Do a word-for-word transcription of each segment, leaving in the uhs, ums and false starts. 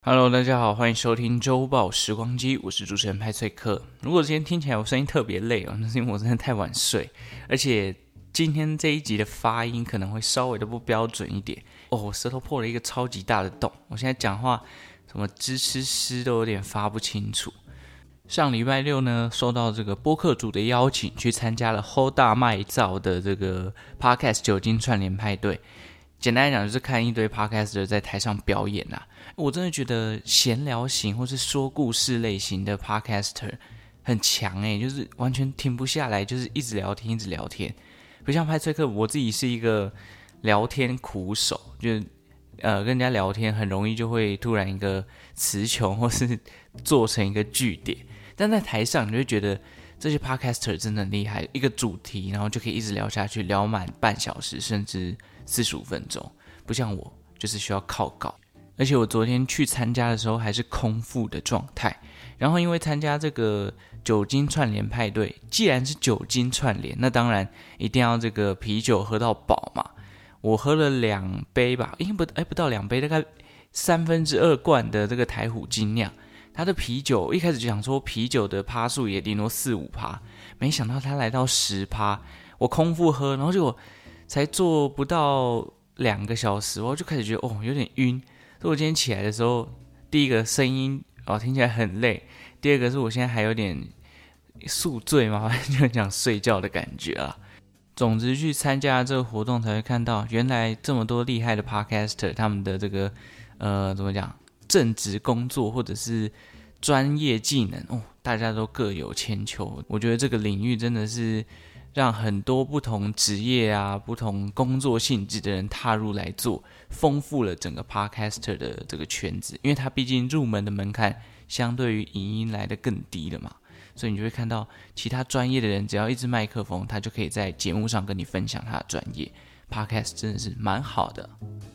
Hello， 大家好，欢迎收听周报时光机，我是主持人派翠克。如果今天听起来我声音特别累哦，那是因为我真的太晚睡，而且今天这一集的发音可能会稍微的不标准一点哦。我舌头破了一个超级大的洞，我现在讲话什么支吃诗都有点发不清楚。上礼拜六呢，受到这个播客主的邀请，去参加了 Hold 大麦造的这个 Podcast 酒精串联派对。简单来讲，就是看一堆 podcaster 在台上表演啦。我真的觉得闲聊型或是说故事类型的 podcaster 很强诶，就是完全停不下来，就是一直聊天，一直聊天。不像派翠克，我自己是一个聊天苦手，就是呃跟人家聊天很容易就会突然一个词穷，或是做成一个句点。但在台上，你就会觉得这些 podcaster 真的很厉害，一个主题，然后就可以一直聊下去，聊满半小时，甚至四十五分钟，不像我，就是需要靠稿。而且我昨天去参加的时候还是空腹的状态，然后因为参加这个酒精串联派对，既然是酒精串联，那当然一定要这个啤酒喝到饱嘛。我喝了两杯吧，应该不哎不到两杯，大概三分之二罐的这个台虎精酿。它的啤酒一开始就想说啤酒的趴数也顶多四五趴，没想到它来到十趴。我空腹喝，然后结果才做不到两个小时，我就开始觉得哦有点晕。所以我今天起来的时候，第一个声音哦听起来很累，第二个是我现在还有点宿醉嘛，就很想睡觉的感觉啊。总之去参加这个活动才会看到，原来这么多厉害的 podcaster 他们的这个呃怎么讲正职工作或者是专业技能哦，大家都各有千秋。我觉得这个领域真的是让很多不同职业啊、不同工作性质的人踏入来做，丰富了整个 podcaster 的这个圈子。因为它毕竟入门的门槛相对于影音来的更低了嘛，所以你就会看到其他专业的人只要一支麦克风，他就可以在节目上跟你分享他的专业。podcast 真的是蛮好的。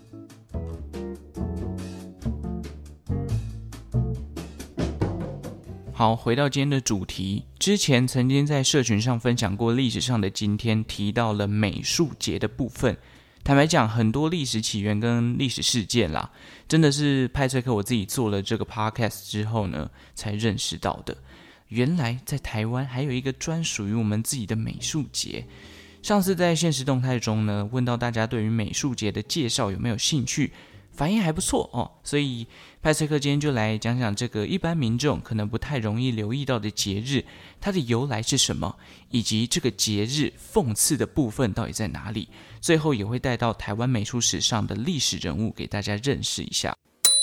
好，回到今天的主题，之前曾经在社群上分享过历史上的今天，提到了美术节的部分。坦白讲，很多历史起源跟历史事件啦，真的是派翠克我自己做了这个 podcast 之后呢，才认识到的。原来在台湾还有一个专属于我们自己的美术节。上次在限时动态中呢，问到大家对于美术节的介绍有没有兴趣，反应还不错哦，所以派翠克今天就来讲讲这个一般民众可能不太容易留意到的节日，它的由来是什么，以及这个节日讽刺的部分到底在哪里。最后也会带到台湾美术史上的历史人物给大家认识一下。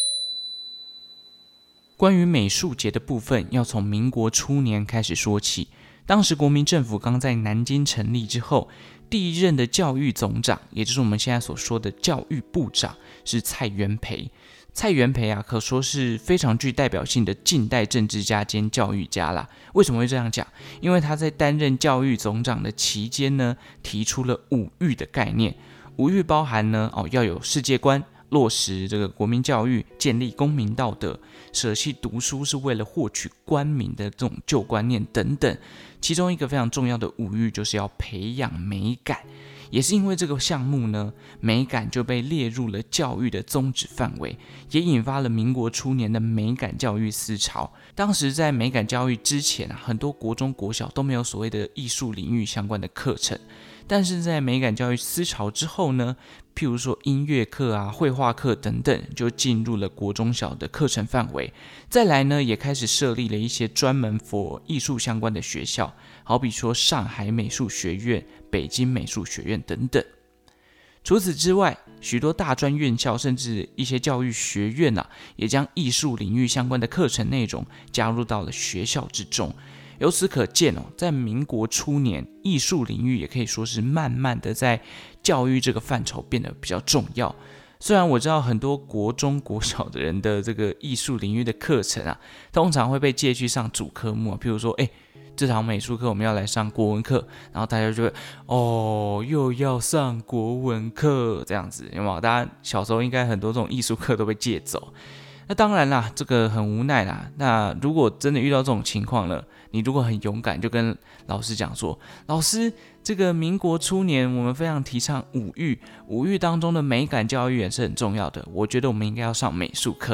关于美术节的部分，要从民国初年开始说起。当时国民政府刚在南京成立之后，第一任的教育总长，也就是我们现在所说的教育部长，是蔡元培。蔡元培啊，可说是非常具代表性的近代政治家兼教育家啦。为什么会这样讲？因为他在担任教育总长的期间呢，提出了五育的概念。五育包含呢，哦，要有世界观，落实这个国民教育，建立公民道德，舍弃读书是为了获取官民的这种旧观念等等。其中一个非常重要的五育就是要培养美感，也是因为这个项目呢，美感就被列入了教育的宗旨范围，也引发了民国初年的美感教育思潮。当时在美感教育之前啊，很多国中国小都没有所谓的艺术领域相关的课程，但是在美感教育思潮之后呢，譬如说音乐课啊、绘画课等等，就进入了国中小的课程范围。再来呢，也开始设立了一些专门 for 艺术相关的学校，好比说上海美术学院、北京美术学院等等。除此之外，许多大专院校甚至一些教育学院啊，也将艺术领域相关的课程内容加入到了学校之中。由此可见哦，在民国初年，艺术领域也可以说是慢慢的在教育这个范畴变得比较重要。虽然我知道很多国中国小的人的这个艺术领域的课程啊，通常会被借去上主科目啊，譬如说，哎，这堂美术课我们要来上国文课，然后大家就会哦，又要上国文课这样子，有没有？大家小时候应该很多这种艺术课都被借走。那当然啦，这个很无奈啦。那如果真的遇到这种情况了，你如果很勇敢，就跟老师讲说，老师，这个民国初年我们非常提倡五育，五育当中的美感教育也是很重要的，我觉得我们应该要上美术课。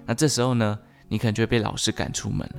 那这时候呢，你可能就会被老师赶出门了。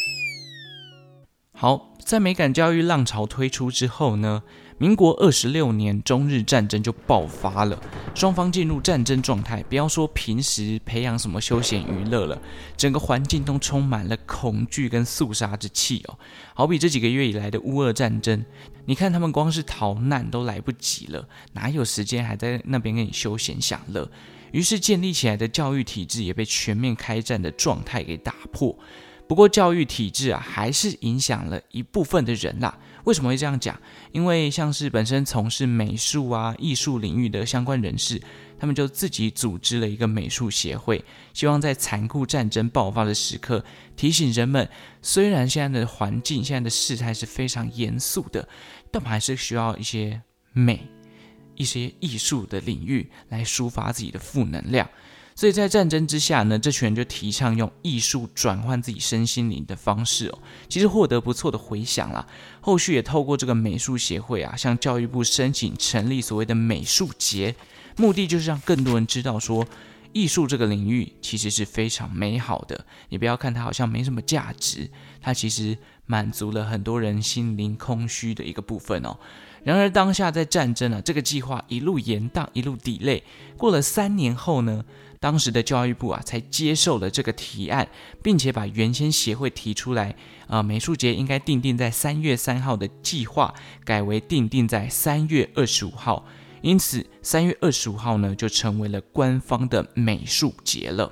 好，在美感教育浪潮推出之后呢，民国二十六年中日战争就爆发了，双方进入战争状态。不要说平时培养什么休闲娱乐了，整个环境都充满了恐惧跟肃杀之气哦。好比这几个月以来的乌俄战争，你看他们光是逃难都来不及了，哪有时间还在那边跟你休闲享乐？于是建立起来的教育体制也被全面开战的状态给打破。不过教育体制啊，还是影响了一部分的人啦。为什么会这样讲？因为像是本身从事美术啊、艺术领域的相关人士，他们就自己组织了一个美术协会，希望在残酷战争爆发的时刻，提醒人们，虽然现在的环境、现在的事态是非常严肃的，但我们还是需要一些美、一些艺术的领域来抒发自己的负能量。所以在战争之下呢，这群人就提倡用艺术转换自己身心灵的方式哦，其实获得不错的回响啦。后续也透过这个美术协会啊，向教育部申请成立所谓的美术节，目的就是让更多人知道说，艺术这个领域其实是非常美好的。你不要看它好像没什么价值，它其实满足了很多人心灵空虚的一个部分哦。然而当下在战争啊，这个计划一路延宕，一路 delay， 过了三年后呢，当时的教育部啊才接受了这个提案，并且把原先协会提出来，呃，美术节应该定定在三月三号的计划，改为定定在三月二十五号。因此，三月二十五号呢，就成为了官方的美术节了。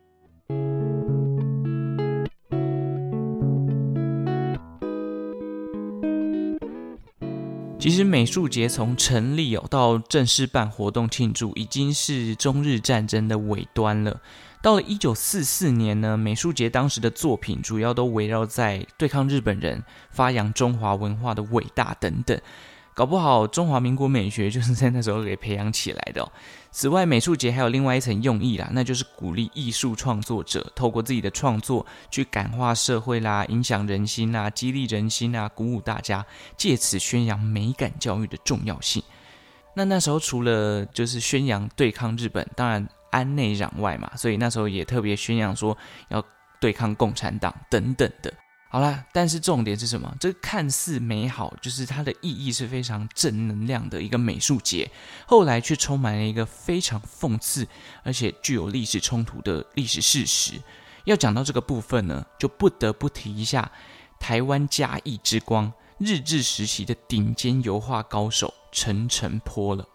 其实美术节从成立哦到正式办活动庆祝，已经是中日战争的尾端了。到了一九四四年呢，美术节当时的作品主要都围绕在对抗日本人、发扬中华文化的伟大等等。搞不好中华民国美学就是在那时候给培养起来的哦。此外，美术节还有另外一层用意啦，那就是鼓励艺术创作者透过自己的创作去感化社会啦，影响人心啦，激励人心啦，鼓舞大家，借此宣扬美感教育的重要性。那那时候除了就是宣扬对抗日本，当然安内攘外嘛，所以那时候也特别宣扬说要对抗共产党等等的。好啦，但是重点是什么？这看似美好，就是它的意义是非常正能量的一个美术节，后来却充满了一个非常讽刺而且具有历史冲突的历史事实。要讲到这个部分呢，就不得不提一下台湾嘉义之光日治时期的顶尖油画高手陈澄波了。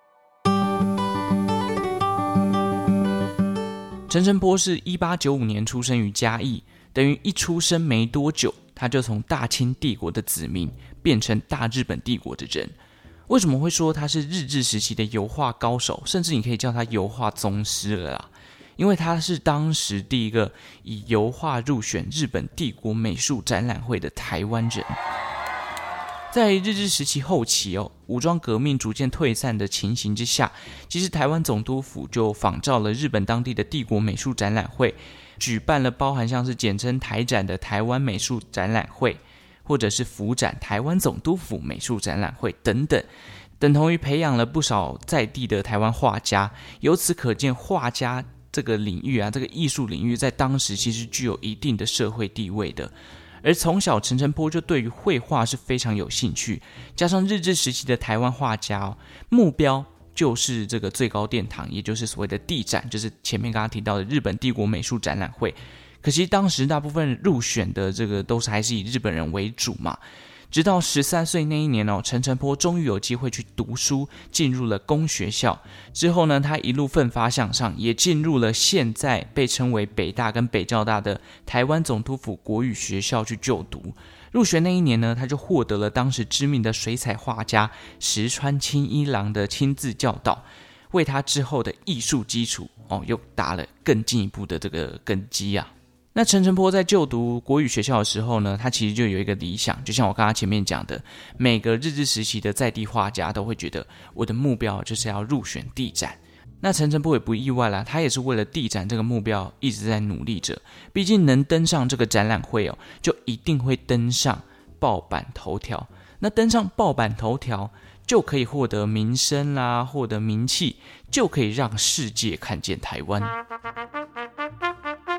陈澄波是一八九五年出生于嘉义，等于一出生没多久，他就从大清帝国的子民变成大日本帝国的人。为什么会说他是日治时期的油画高手，甚至你可以叫他油画宗师了啦？因为他是当时第一个以油画入选日本帝国美术展览会的台湾人。在日治时期后期哦，武装革命逐渐退散的情形之下，其实台湾总督府就仿照了日本当地的帝国美术展览会，举办了包含像是简称台展的台湾美术展览会，或者是府展台湾总督府美术展览会等等，等同于培养了不少在地的台湾画家。由此可见，画家这个领域啊，这个艺术领域在当时其实具有一定的社会地位的。而从小陈澄波就对于绘画是非常有兴趣，加上日治时期的台湾画家、哦、目标就是这个最高殿堂，也就是所谓的帝展，就是前面刚刚提到的日本帝国美术展览会。可惜当时大部分入选的这个都是还是以日本人为主嘛。直到十三岁那一年哦，陈澄波终于有机会去读书，进入了公学校。之后呢，他一路奋发向上，也进入了现在被称为北大跟北教大的台湾总督府国语学校去就读。入学那一年呢，他就获得了当时知名的水彩画家石川清一郎的亲自教导，为他之后的艺术基础哦又打了更进一步的这个根基啊。那陈澄波在就读国语学校的时候呢，他其实就有一个理想，就像我刚刚前面讲的，每个日治时期的在地画家都会觉得我的目标就是要入选帝展。那陈澄波也不意外啦，他也是为了帝展这个目标一直在努力着。毕竟能登上这个展览会哦，就一定会登上报版头条。那登上报版头条就可以获得名声啦，获得名气，就可以让世界看见台湾。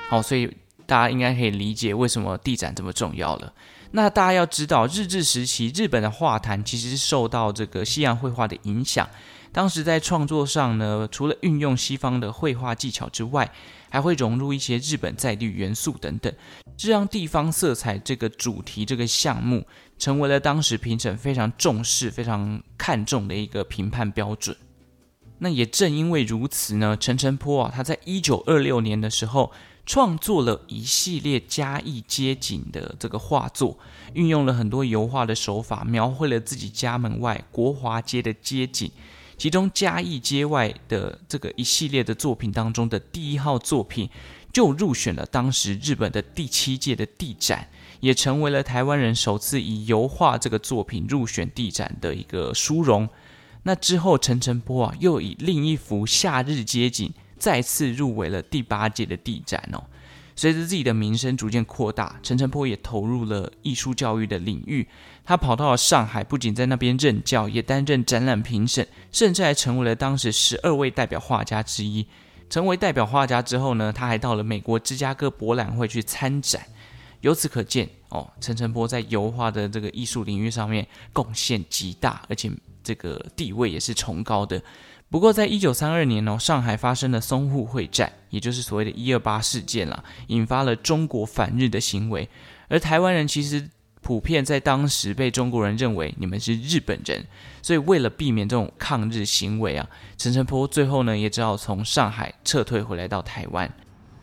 好，所以大家应该可以理解为什么地展这么重要了。那大家要知道，日治时期日本的画坛其实是受到这个西洋绘画的影响。当时在创作上呢，除了运用西方的绘画技巧之外，还会融入一些日本在地元素等等，这让地方色彩这个主题这个项目成为了当时评审非常重视、非常看重的一个评判标准。那也正因为如此呢，陈澄波啊，他在一九二六年的时候创作了一系列嘉义街景的这个画作，运用了很多油画的手法，描绘了自己家门外国华街的街景。其中嘉义街外的这个一系列的作品当中的第一号作品，就入选了当时日本的第七届的地展，也成为了台湾人首次以油画这个作品入选地展的一个殊荣。那之后陈澄波啊，又以另一幅夏日街景再次入围了第八届的地展哦。随着自己的名声逐渐扩大，陈澄波也投入了艺术教育的领域。他跑到了上海，不仅在那边任教，也担任展览评审，甚至还成为了当时十二位代表画家之一。成为代表画家之后呢，他还到了美国芝加哥博览会去参展。由此可见哦，陈澄波在油画的这个艺术领域上面贡献极大，而且这个地位也是崇高的。不过在一九三二年哦，上海发生了淞沪会战，也就是所谓的一二八事件啦，引发了中国反日的行为。而台湾人其实普遍在当时被中国人认为你们是日本人，所以为了避免这种抗日行为啊，陈澄波最后呢也只好从上海撤退回来到台湾。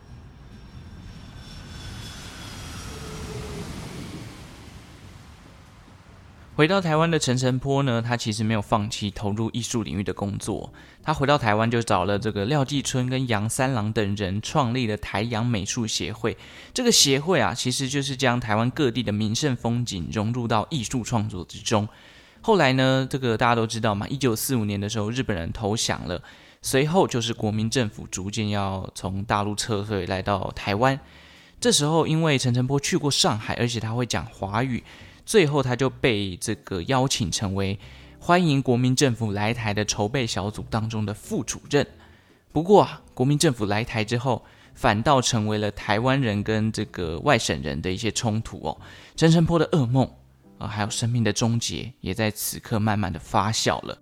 回到台湾的陈澄波呢，他其实没有放弃投入艺术领域的工作。他回到台湾就找了这个廖继春跟杨三郎等人，创立了台洋美术协会。这个协会啊，其实就是将台湾各地的名胜风景融入到艺术创作之中。后来呢，这个大家都知道嘛，一九四五年的时候，日本人投降了，随后就是国民政府逐渐要从大陆撤退来到台湾。这时候，因为陈澄波去过上海，而且他会讲华语。最后他就被这个邀请成为欢迎国民政府来台的筹备小组当中的副主任。不过啊，国民政府来台之后，反倒成为了台湾人跟这个外省人的一些冲突哦。陈澄波的噩梦啊，还有生命的终结，也在此刻慢慢的发酵了。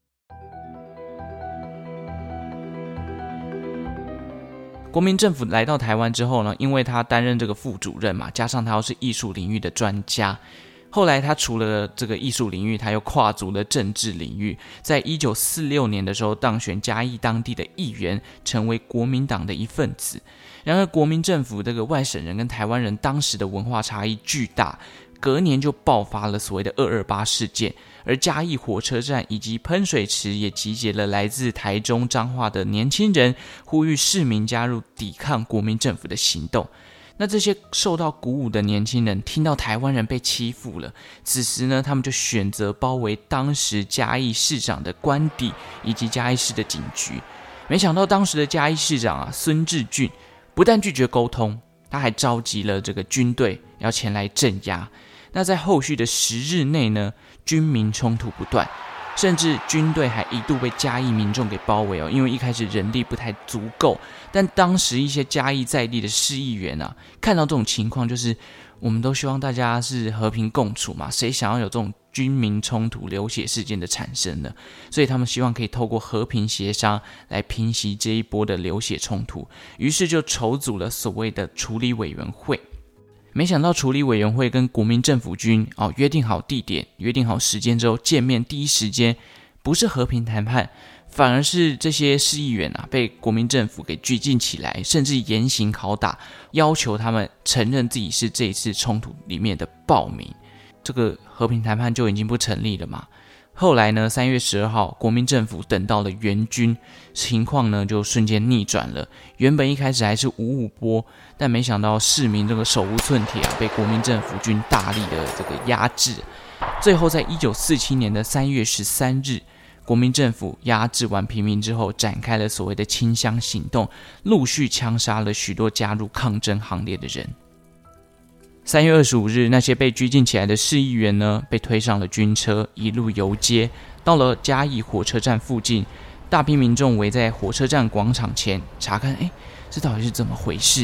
国民政府来到台湾之后呢，因为他担任这个副主任嘛，加上他又是艺术领域的专家。后来他除了这个艺术领域，他又跨足了政治领域，在一九四六年的时候当选嘉义当地的议员，成为国民党的一份子。然而国民政府这个外省人跟台湾人当时的文化差异巨大，隔年就爆发了所谓的二二八事件，而嘉义火车站以及喷水池也集结了来自台中彰化的年轻人，呼吁市民加入抵抗国民政府的行动。那这些受到鼓舞的年轻人听到台湾人被欺负了，此时呢，他们就选择包围当时嘉义市长的官邸以及嘉义市的警局。没想到当时的嘉义市长啊孙治俊不但拒绝沟通，他还召集了这个军队要前来镇压。那在后续的十日内呢，军民冲突不断，甚至军队还一度被嘉义民众给包围哦，因为一开始人力不太足够。但当时一些嘉义在地的市议员啊，看到这种情况，就是我们都希望大家是和平共处嘛，谁想要有这种军民冲突、流血事件的产生呢？所以他们希望可以透过和平协商来平息这一波的流血冲突，于是就筹组了所谓的处理委员会。没想到处理委员会跟国民政府军哦约定好地点、约定好时间之后见面，第一时间不是和平谈判，反而是这些市议员啊被国民政府给拘禁起来，甚至严刑拷打，要求他们承认自己是这一次冲突里面的暴民。这个和平谈判就已经不成立了嘛。后来呢，三月十二号，国民政府等到了援军，情况呢就瞬间逆转了。原本一开始还是五五波，但没想到市民这个手无寸铁啊，被国民政府军大力的这个压制。最后在一九四七年的三月十三日，国民政府压制完平民之后，展开了所谓的清乡行动，陆续枪杀了许多加入抗争行列的人。三月二十五日，那些被拘禁起来的市议员呢，被推上了军车，一路游街，到了嘉义火车站附近，大批民众围在火车站广场前查看，哎，这到底是怎么回事？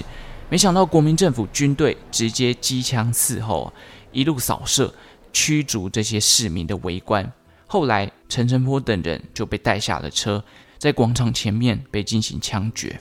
没想到国民政府军队直接机枪伺候，一路扫射，驱逐这些市民的围观。后来陈澄波等人就被带下了车，在广场前面被进行枪决。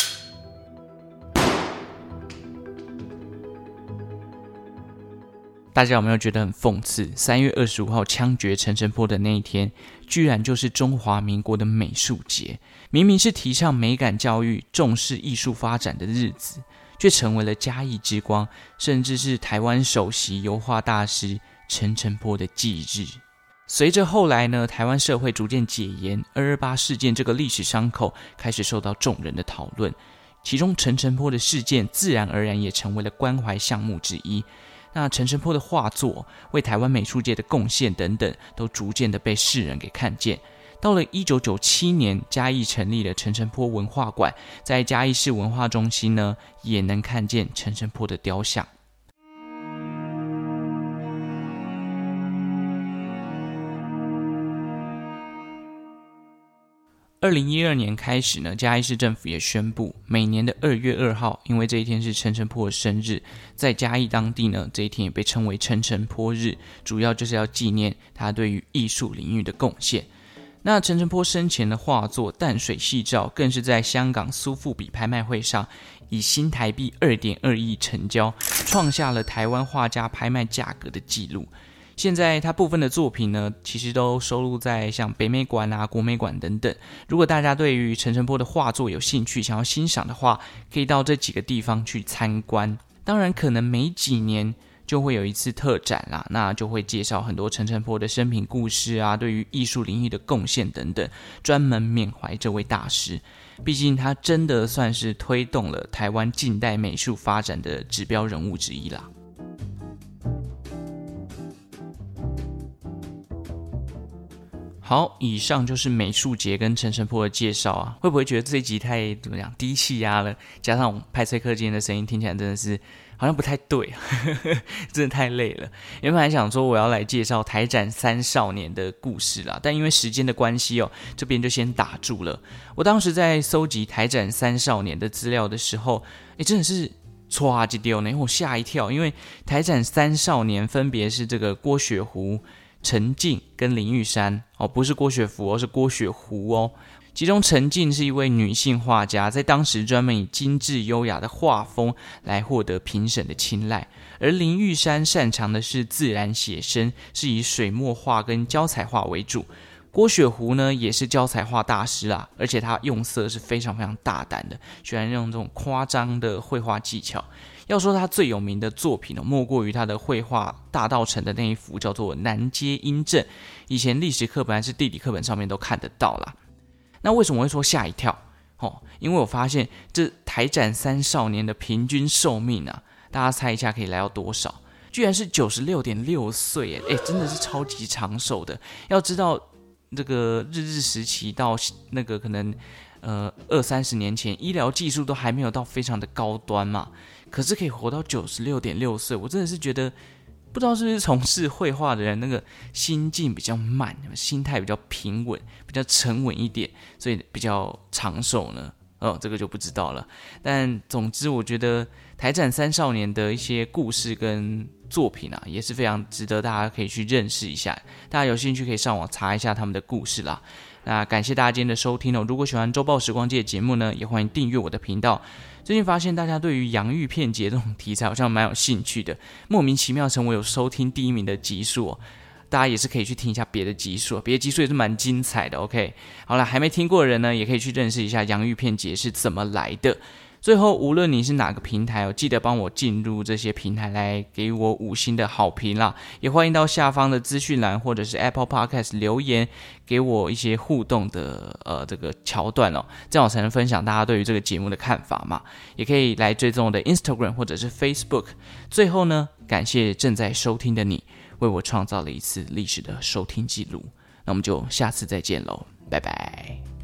大家有没有觉得很讽刺？三月二十五号枪决陈澄波的那一天，居然就是中华民国的美术节。明明是提倡美感教育、重视艺术发展的日子，却成为了嘉义之光，甚至是台湾首席油画大师陈澄波的忌日。随着后来呢，台湾社会逐渐解严，二二八事件这个历史伤口开始受到众人的讨论，其中陈澄波的事件自然而然也成为了关怀项目之一。那陈澄波的画作为台湾美术界的贡献等等，都逐渐的被世人给看见。到了一九九七年，嘉义成立了陈澄波文化馆，在嘉义市文化中心呢，也能看见陈澄波的雕像。二零一二年开始呢，嘉义市政府也宣布，每年的二月二号，因为这一天是陈澄波的生日，在嘉义当地呢，这一天也被称为陈澄波日，主要就是要纪念他对于艺术领域的贡献。那陈澄波生前的画作《淡水夕照》更是在香港苏富比拍卖会上以新台币 二点二亿成交，创下了台湾画家拍卖价格的纪录。现在他部分的作品呢，其实都收录在像北美馆啊、国美馆等等。如果大家对于陈澄波的画作有兴趣，想要欣赏的话，可以到这几个地方去参观。当然，可能每几年就会有一次特展啦，那就会介绍很多陈澄波的生平故事啊，对于艺术领域的贡献等等，专门缅怀这位大师。毕竟他真的算是推动了台湾近代美术发展的指标人物之一啦。好，以上就是美术节跟陈澄波的介绍啊，会不会觉得这一集太怎么讲低气压了？加上我派翠克今天的声音听起来真的是好像不太对，真的太累了。原本还想说我要来介绍台展三少年的故事啦，但因为时间的关系哦，这边就先打住了。我当时在搜集台展三少年的资料的时候，诶真的是唰一丢呢，我吓一跳，因为台展三少年分别是这个郭雪湖、陈静跟林玉山哦，不是郭雪芙哦，是郭雪湖哦。其中陈静是一位女性画家，在当时专门以精致优雅的画风来获得评审的青睐，而林玉山擅长的是自然写生，是以水墨画跟胶彩画为主。郭雪湖呢也是胶彩画大师啦，而且他用色是非常非常大胆的，喜欢用这种夸张的绘画技巧。要说他最有名的作品、哦、莫过于他的绘画大道城的那一幅叫做南街阴镇，以前历史课本还是地理课本上面都看得到啦。那为什么会说吓一跳、哦、因为我发现这台展三少年的平均寿命啊，大家猜一下可以来到多少？居然是 九十六点六岁耶，诶真的是超级长寿的。要知道这个日治时期到那个可能呃二三十年前，医疗技术都还没有到非常的高端嘛，可是可以活到 九十六点六岁，我真的是觉得不知道是不是从事绘画的人那个心境比较慢，心态比较平稳，比较沉稳一点，所以比较长寿呢。哦，这个就不知道了。但总之，我觉得台展三少年的一些故事跟作品啊，也是非常值得大家可以去认识一下。大家有兴趣可以上网查一下他们的故事啦。那感谢大家今天的收听哦。如果喜欢周报时光机的节目呢，也欢迎订阅我的频道。最近发现大家对于洋芋片节这种题材好像蛮有兴趣的，莫名其妙成为有收听第一名的集数哦。大家也是可以去听一下别的集数，别的集数也是蛮精彩的 OK。 好了，还没听过的人呢，也可以去认识一下洋芋片节是怎么来的。最后，无论你是哪个平台哦，记得帮我进入这些平台来给我五星的好评啦，也欢迎到下方的资讯栏或者是 Apple Podcast 留言给我一些互动的呃这个桥段哦，这样我才能分享大家对于这个节目的看法嘛。也可以来追踪我的 Instagram 或者是 Facebook。最后呢，感谢正在收听的你，为我创造了一次历史的收听记录。那我们就下次再见喽，拜拜。